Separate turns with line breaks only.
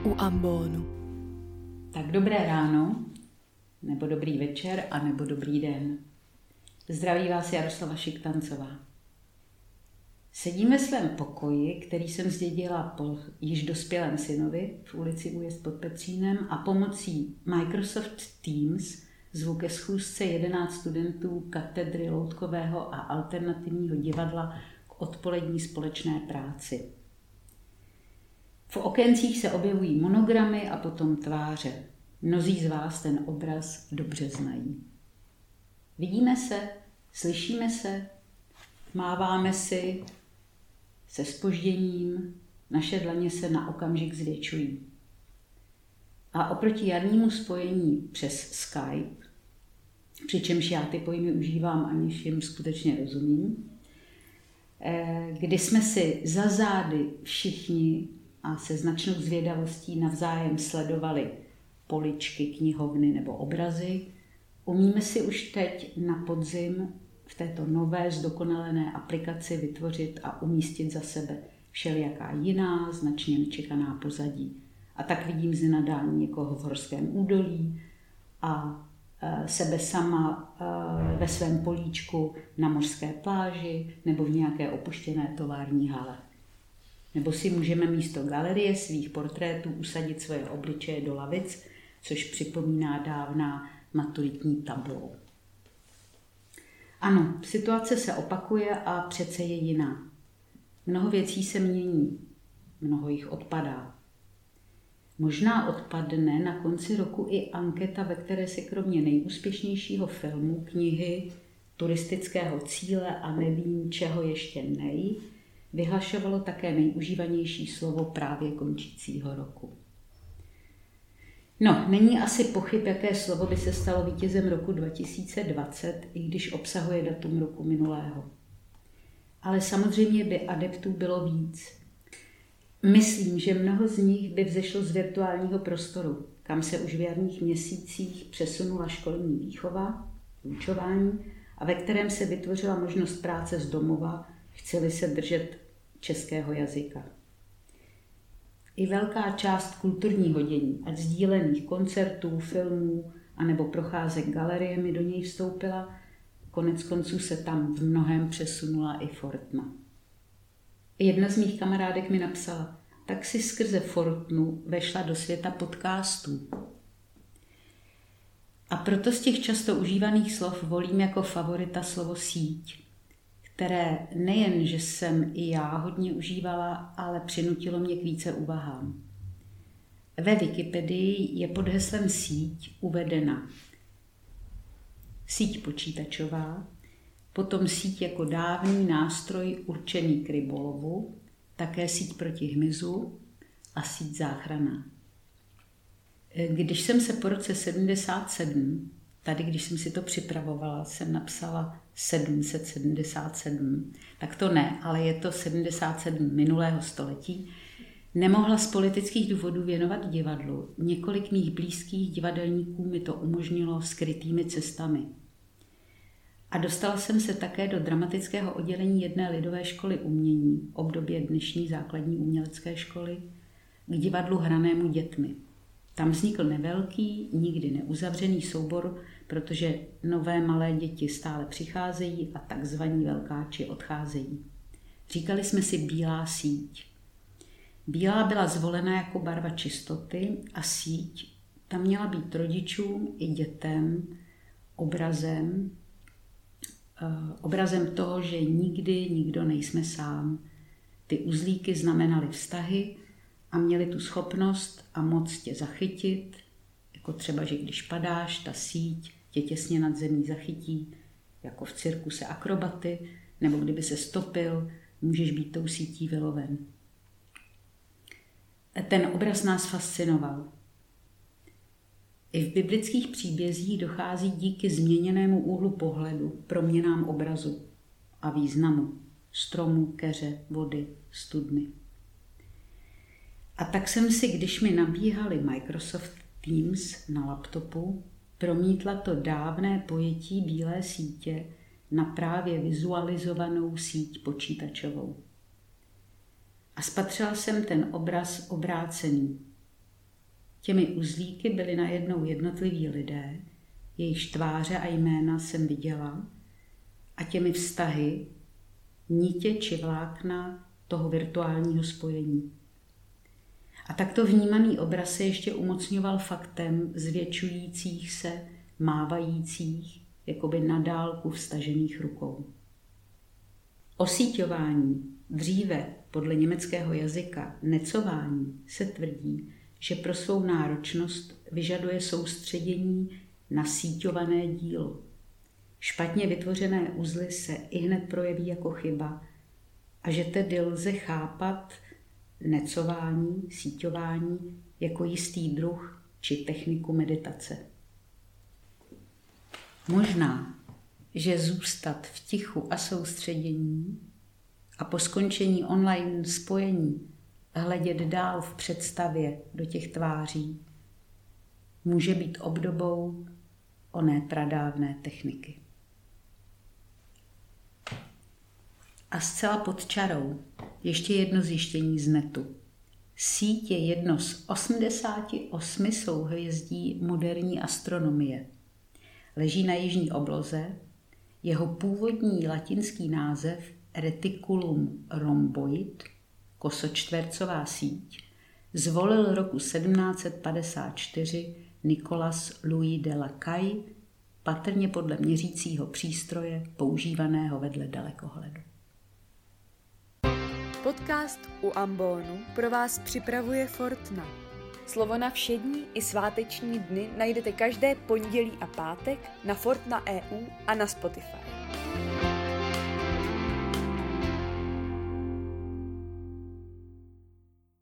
u ambonu.
Tak dobré ráno, nebo dobrý večer, a nebo dobrý den. Zdraví vás Jaroslava Šiktancová. Sedím ve svém pokoji, který jsem zdědila po již dospělém synovi v ulici Újezd pod Petřínem, a pomocí Microsoft Teams zvu ke schůzce 11 studentů katedry loutkového a alternativního divadla k odpolední společné práci. V okencích se objevují monogramy a potom tváře. Mnozí z vás ten obraz dobře znají. Vidíme se, slyšíme se, máváme si se zpožděním, naše dlaně se na okamžik zvětšují. A oproti jarnímu spojení přes Skype, přičemž já ty pojmy užívám, aniž jim skutečně rozumím, kdy jsme si za zády všichni a se značnou zvědavostí navzájem sledovali poličky, knihovny nebo obrazy, umíme si už teď na podzim v této nové zdokonalené aplikaci vytvořit a umístit za sebe všelijaká jiná, značně nečekaná pozadí. A tak vidím z nadání někoho v horském údolí a sebe sama ve svém políčku na mořské pláži nebo v nějaké opuštěné tovární hale. Nebo si můžeme místo galerie svých portrétů usadit svoje obličeje do lavic, což připomíná dávná maturitní tablou. Ano, situace se opakuje a přece je jiná. Mnoho věcí se mění, mnoho jich odpadá. Možná odpadne na konci roku i anketa, ve které se kromě nejúspěšnějšího filmu, knihy, turistického cíle a nevím čeho ještě vyhlašovalo také nejužívanější slovo právě končícího roku. No, není asi pochyb, jaké slovo by se stalo vítězem roku 2020, i když obsahuje datum roku minulého. Ale samozřejmě by adeptů bylo víc. Myslím, že mnoho z nich by vzešlo z virtuálního prostoru, kam se už v jarních měsících přesunula školní výchova, vyučování, a ve kterém se vytvořila možnost práce z domova, chce-li se držet českého jazyka. I velká část kulturního dění, ať sdílených koncertů, filmů, anebo procházek galeriemi do něj vstoupila, konec konců se tam v mnohém přesunula i Fortna. Jedna z mých kamarádek mi napsala, tak si skrze Fortnu vešla do světa podcastů. A proto z těch často užívaných slov volím jako favorita slovo síť, které nejen, že jsem i já hodně užívala, ale přinutilo mě k více úvahám. Ve Wikipedii je pod heslem síť uvedena síť počítačová, potom síť jako dávný nástroj určený k rybolovu, také síť proti hmyzu a síť záchranná. Když jsem se po roce 77, tady když jsem si to připravovala, jsem napsala 777, tak to ne, ale je to 77 minulého století, nemohla z politických důvodů věnovat divadlu. Několik mých blízkých divadelníků mi to umožnilo skrytými cestami. A dostala jsem se také do dramatického oddělení jedné lidové školy umění, obdobě dnešní základní umělecké školy, k divadlu hranému dětmi. Tam vznikl nevelký, nikdy neuzavřený soubor, protože nové malé děti stále přicházejí a takzvaní velkáči odcházejí. Říkali jsme si bílá síť. Bílá byla zvolena jako barva čistoty a síť tam měla být rodičům i dětem obrazem toho, že nikdy nikdo nejsme sám. Ty uzlíky znamenaly vztahy a měli tu schopnost a moc tě zachytit, jako třeba, že když padáš, ta síť tě těsně nad zemí zachytí, jako v cirkuse akrobaty, nebo kdyby se stopil, můžeš být tou sítí vyloven. Ten obraz nás fascinoval. I v biblických příbězích dochází díky změněnému úhlu pohledu proměnám obrazu a významu stromů, keře, vody, studny. A tak jsem si, když mi nabíhali Microsoft Teams na laptopu, promítla to dávné pojetí bílé sítě na právě vizualizovanou síť počítačovou. A spatřila jsem ten obraz obrácený. Těmi uzlíky byli najednou jednotliví lidé, jejichž tváře a jména jsem viděla, a těmi vztahy, nitě či vlákna toho virtuálního spojení. A takto vnímaný obraz se ještě umocňoval faktem zvětšujících se, mávajících, jakoby na dálku vztažených rukou. Osíťování, dříve podle německého jazyka necování, se tvrdí, že pro svou náročnost vyžaduje soustředění na síťované dílo. Špatně vytvořené uzly se ihned projeví jako chyba a že tedy lze chápat necování, síťování jako jistý druh či techniku meditace. Možná, že zůstat v tichu a soustředění a po skončení online spojení hledět dál v představě do těch tváří může být obdobou oné pradávné techniky. A zcela pod čarou ještě jedno zjištění z netu. Síť je jedno z 88 souhvězdí moderní astronomie. Leží na jižní obloze, jeho původní latinský název Reticulum rhomboid, kosočtvercová síť, zvolil roku 1754 Nicolas Louis de la Caille, patrně podle měřícího přístroje používaného vedle dalekohledu.
Podcast u Ambonu pro vás připravuje Fortna. Slovo na všední i sváteční dny najdete každé pondělí a pátek na Fortna.eu a na Spotify.